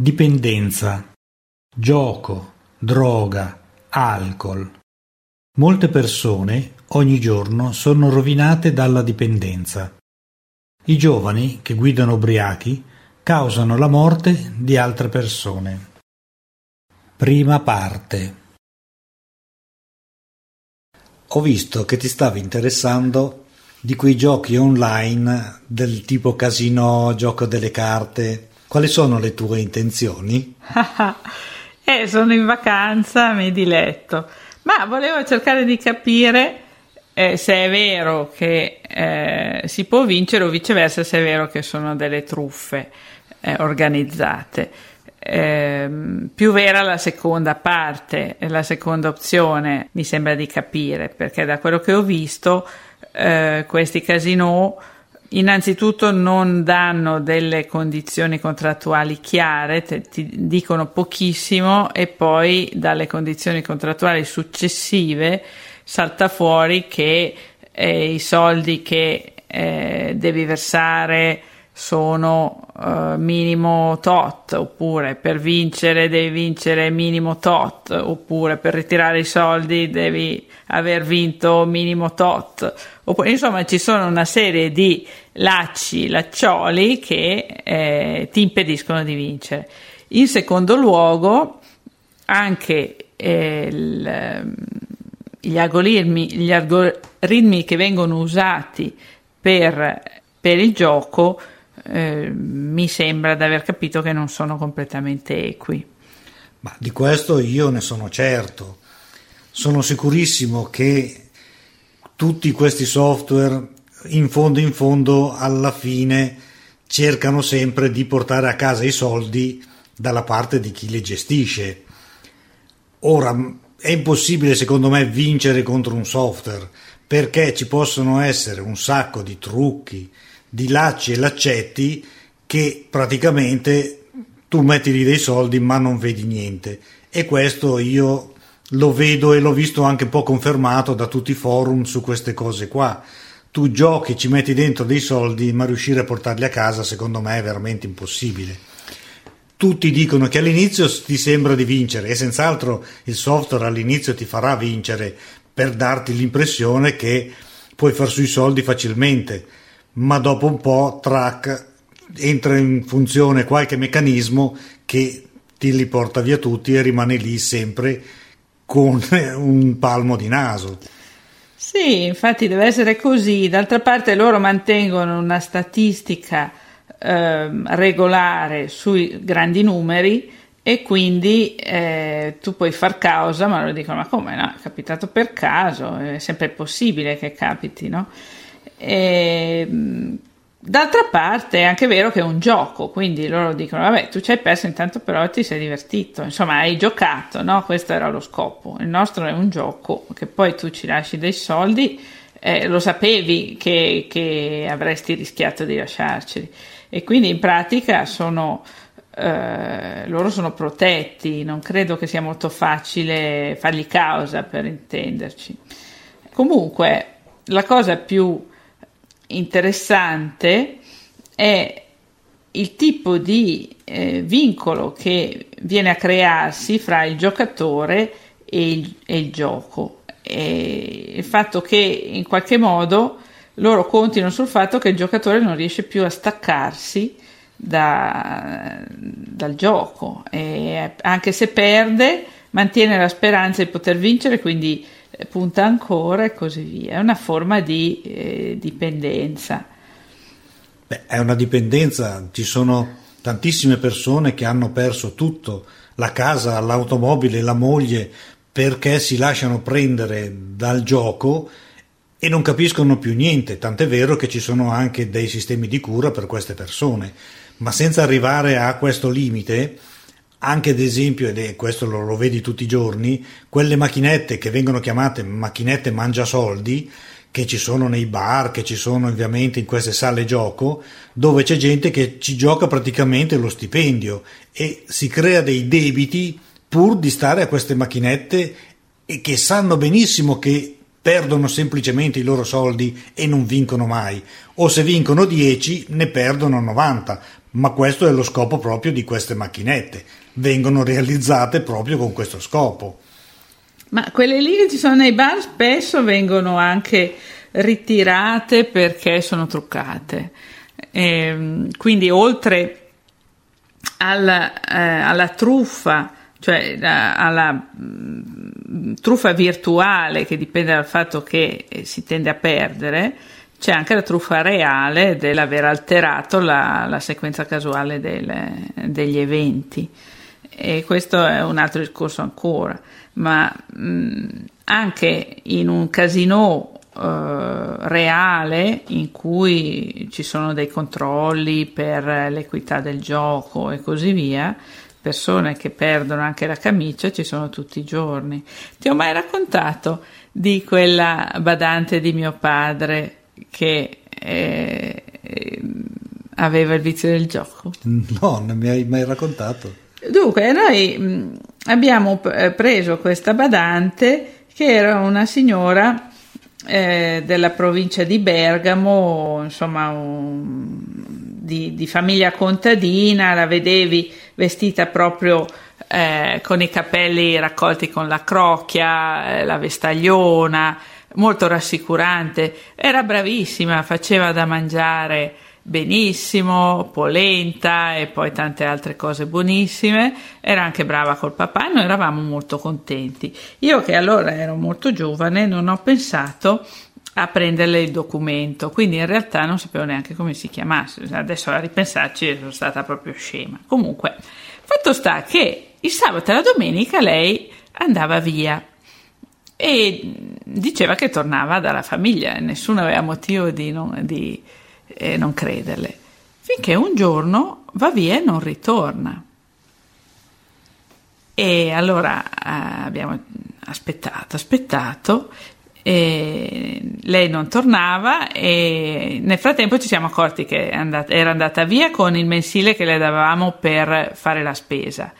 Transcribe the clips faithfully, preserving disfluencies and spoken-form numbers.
Dipendenza, gioco, droga, alcol. Molte persone ogni giorno sono rovinate dalla dipendenza. I giovani che guidano ubriachi causano la morte di altre persone. Prima parte. Ho visto che ti stavi interessando di quei giochi online del tipo casino, gioco delle carte. Quali sono le tue intenzioni? eh, sono in vacanza, mi diletto, ma volevo cercare di capire eh, se è vero che eh, si può vincere o viceversa se è vero che sono delle truffe eh, organizzate. Eh, più vera la seconda parte, la seconda opzione mi sembra di capire, perché da quello che ho visto eh, questi casinò innanzitutto non danno delle condizioni contrattuali chiare, te, ti dicono pochissimo e poi dalle condizioni contrattuali successive salta fuori che eh, i soldi che eh, devi versare sono uh, minimo tot, oppure per vincere devi vincere minimo tot, oppure per ritirare i soldi devi aver vinto minimo tot, oppure insomma ci sono una serie di lacci, laccioli che eh, ti impediscono di vincere. In secondo luogo anche eh, il, gli algoritmi, gli algoritmi che vengono usati per, per il gioco Eh, mi sembra di aver capito che non sono completamente equi. Ma di questo io ne sono certo. Sono sicurissimo che tutti questi software in fondo in fondo alla fine cercano sempre di portare a casa i soldi dalla parte di chi li gestisce. Ora è impossibile secondo me vincere contro un software, perché ci possono essere un sacco di trucchi, di lacci e laccetti che praticamente tu metti lì dei soldi ma non vedi niente, e questo io lo vedo e l'ho visto anche un po' confermato da tutti i forum su queste cose qua. Tu giochi, ci metti dentro dei soldi, ma riuscire a portarli a casa secondo me è veramente impossibile. Tutti dicono che all'inizio ti sembra di vincere, e senz'altro il software all'inizio ti farà vincere per darti l'impressione che puoi far sui soldi facilmente, ma dopo un po' track entra in funzione qualche meccanismo che ti li porta via tutti e rimane lì sempre con un palmo di naso. Sì, infatti deve essere così. D'altra parte loro mantengono una statistica eh, regolare sui grandi numeri e quindi eh, tu puoi far causa, ma loro dicono: ma come, no, è capitato per caso, è sempre possibile che capiti, no? E, d'altra parte è anche vero che è un gioco, quindi loro dicono: vabbè, tu ci hai perso, intanto però ti sei divertito, insomma hai giocato, no? Questo era lo scopo. Il nostro è un gioco che poi tu ci lasci dei soldi, eh, lo sapevi che, che avresti rischiato di lasciarceli, e quindi in pratica sono eh, loro sono protetti. Non credo che sia molto facile fargli causa, per intenderci. Comunque la cosa più interessante è il tipo di eh, vincolo che viene a crearsi fra il giocatore e il, e il gioco, e il fatto che in qualche modo loro continuano sul fatto che il giocatore non riesce più a staccarsi da, dal gioco, e anche se perde mantiene la speranza di poter vincere, quindi punta ancora e così via. È una forma di eh, dipendenza. Beh, è una dipendenza. Ci sono tantissime persone che hanno perso tutto, la casa, l'automobile, la moglie, perché si lasciano prendere dal gioco e non capiscono più niente, tant'è vero che ci sono anche dei sistemi di cura per queste persone, ma senza arrivare a questo limite. Anche ad esempio, e questo lo, lo vedi tutti i giorni, quelle macchinette che vengono chiamate macchinette mangiasoldi, che ci sono nei bar, che ci sono ovviamente in queste sale gioco, dove c'è gente che ci gioca praticamente lo stipendio e si crea dei debiti pur di stare a queste macchinette, e che sanno benissimo che perdono semplicemente i loro soldi e non vincono mai, o se vincono dieci ne perdono novanta, ma questo è lo scopo proprio di queste macchinette, vengono realizzate proprio con questo scopo. Ma quelle lì che ci sono nei bar spesso vengono anche ritirate perché sono truccate, e quindi oltre alla, eh, alla truffa, cioè alla mh, truffa virtuale, che dipende dal fatto che si tende a perdere, c'è anche la truffa reale dell'aver alterato la, la sequenza casuale del, degli eventi, e questo è un altro discorso ancora. Ma mh, anche in un casino eh, reale, in cui ci sono dei controlli per l'equità del gioco e così via, persone che perdono anche la camicia ci sono tutti i giorni. Ti ho mai raccontato di quella badante di mio padre che eh, eh, aveva il vizio del gioco? No, non mi hai mai raccontato. Dunque, noi mh, abbiamo p- preso questa badante, che era una signora eh, della provincia di Bergamo, insomma un, di, di famiglia contadina. La vedevi vestita proprio eh, con i capelli raccolti con la crocchia, eh, la vestagliona, molto rassicurante, era bravissima, faceva da mangiare benissimo, polenta e poi tante altre cose buonissime, era anche brava col papà, noi eravamo molto contenti. Io, che allora ero molto giovane, non ho pensato a prenderle il documento, quindi in realtà non sapevo neanche come si chiamasse. Adesso a ripensarci sono stata proprio scema. Comunque, fatto sta che il sabato e la domenica lei andava via e diceva che tornava dalla famiglia, nessuno aveva motivo di non, di e non crederle, finché un giorno va via e non ritorna. E allora eh, abbiamo aspettato, aspettato, e lei non tornava, e nel frattempo ci siamo accorti che è andata, era andata via con il mensile che le davamo per fare la spesa,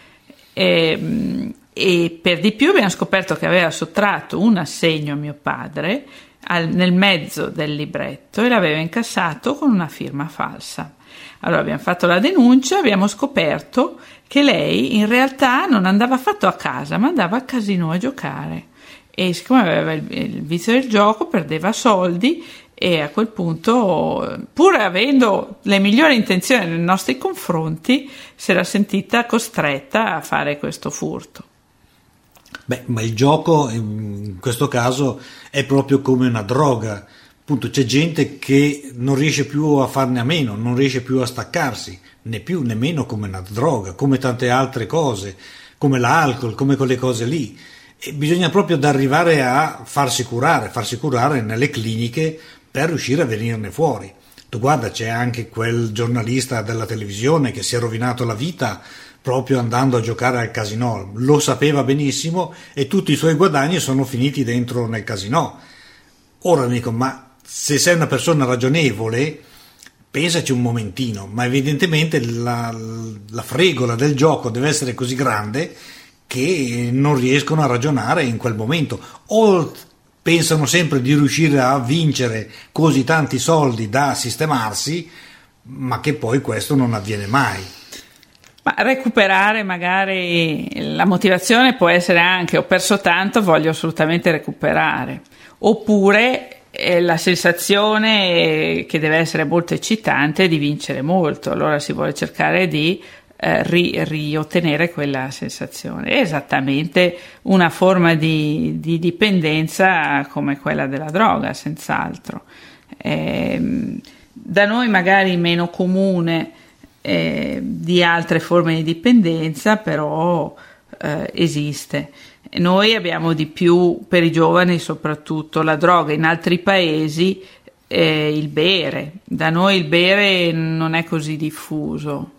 e, e per di più abbiamo scoperto che aveva sottratto un assegno a mio padre Al, nel mezzo del libretto, e l'aveva incassato con una firma falsa. Allora abbiamo fatto la denuncia, abbiamo scoperto che lei in realtà non andava affatto a casa, ma andava al casino a giocare, e siccome aveva il, il vizio del gioco perdeva soldi, e a quel punto, pur avendo le migliori intenzioni nei nostri confronti, si era sentita costretta a fare questo furto. Beh, ma il gioco in questo caso è proprio come una droga, appunto. C'è gente che non riesce più a farne a meno, non riesce più a staccarsi, né più né meno come una droga, come tante altre cose, come l'alcol, come quelle cose lì. E bisogna proprio arrivare a farsi curare, farsi curare nelle cliniche per riuscire a venirne fuori. Tu guarda, c'è anche quel giornalista della televisione che si è rovinato la vita proprio andando a giocare al casinò, lo sapeva benissimo, e tutti i suoi guadagni sono finiti dentro nel casinò. Ora dico, ma se sei una persona ragionevole, pensaci un momentino, ma evidentemente la, la fregola del gioco deve essere così grande che non riescono a ragionare in quel momento, o pensano sempre di riuscire a vincere così tanti soldi da sistemarsi, ma che poi questo non avviene mai. Ma recuperare magari la motivazione può essere anche: ho perso tanto, voglio assolutamente recuperare, oppure eh, la sensazione, che deve essere molto eccitante, di vincere molto, allora si vuole cercare di eh, ri- riottenere quella sensazione. È esattamente una forma di, di dipendenza come quella della droga, senz'altro. Eh, da noi magari meno comune Eh, di altre forme di dipendenza, però eh, esiste. Noi abbiamo di più, per i giovani soprattutto, la droga. In altri paesi eh, il bere, da noi il bere non è così diffuso.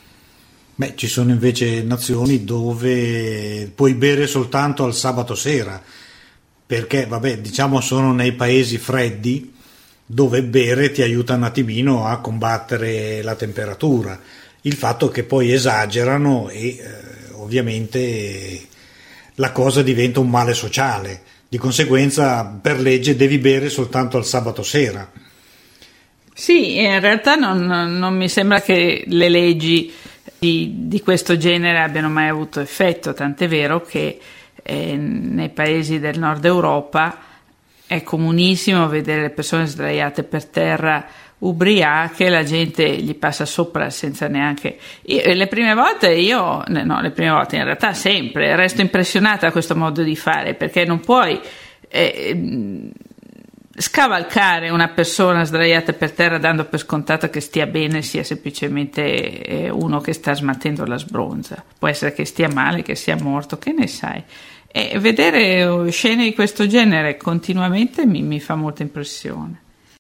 Beh, ci sono invece nazioni dove puoi bere soltanto al sabato sera, perché vabbè, diciamo sono nei paesi freddi, dove bere ti aiuta un attimino a combattere la temperatura. Il fatto che poi esagerano e eh, ovviamente la cosa diventa un male sociale, di conseguenza per legge devi bere soltanto al sabato sera. Sì, in realtà non, non mi sembra che le leggi di, di questo genere abbiano mai avuto effetto, tant'è vero che eh, nei paesi del nord Europa è comunissimo vedere le persone sdraiate per terra ubriache, la gente gli passa sopra senza neanche... Io, le prime volte io, no, le prime volte in realtà sempre, resto impressionata da questo modo di fare, perché non puoi eh, scavalcare una persona sdraiata per terra dando per scontato che stia bene, sia semplicemente eh, uno che sta smaltendo la sbronza. Può essere che stia male, che sia morto, che ne sai. E vedere scene di questo genere continuamente mi, mi fa molta impressione.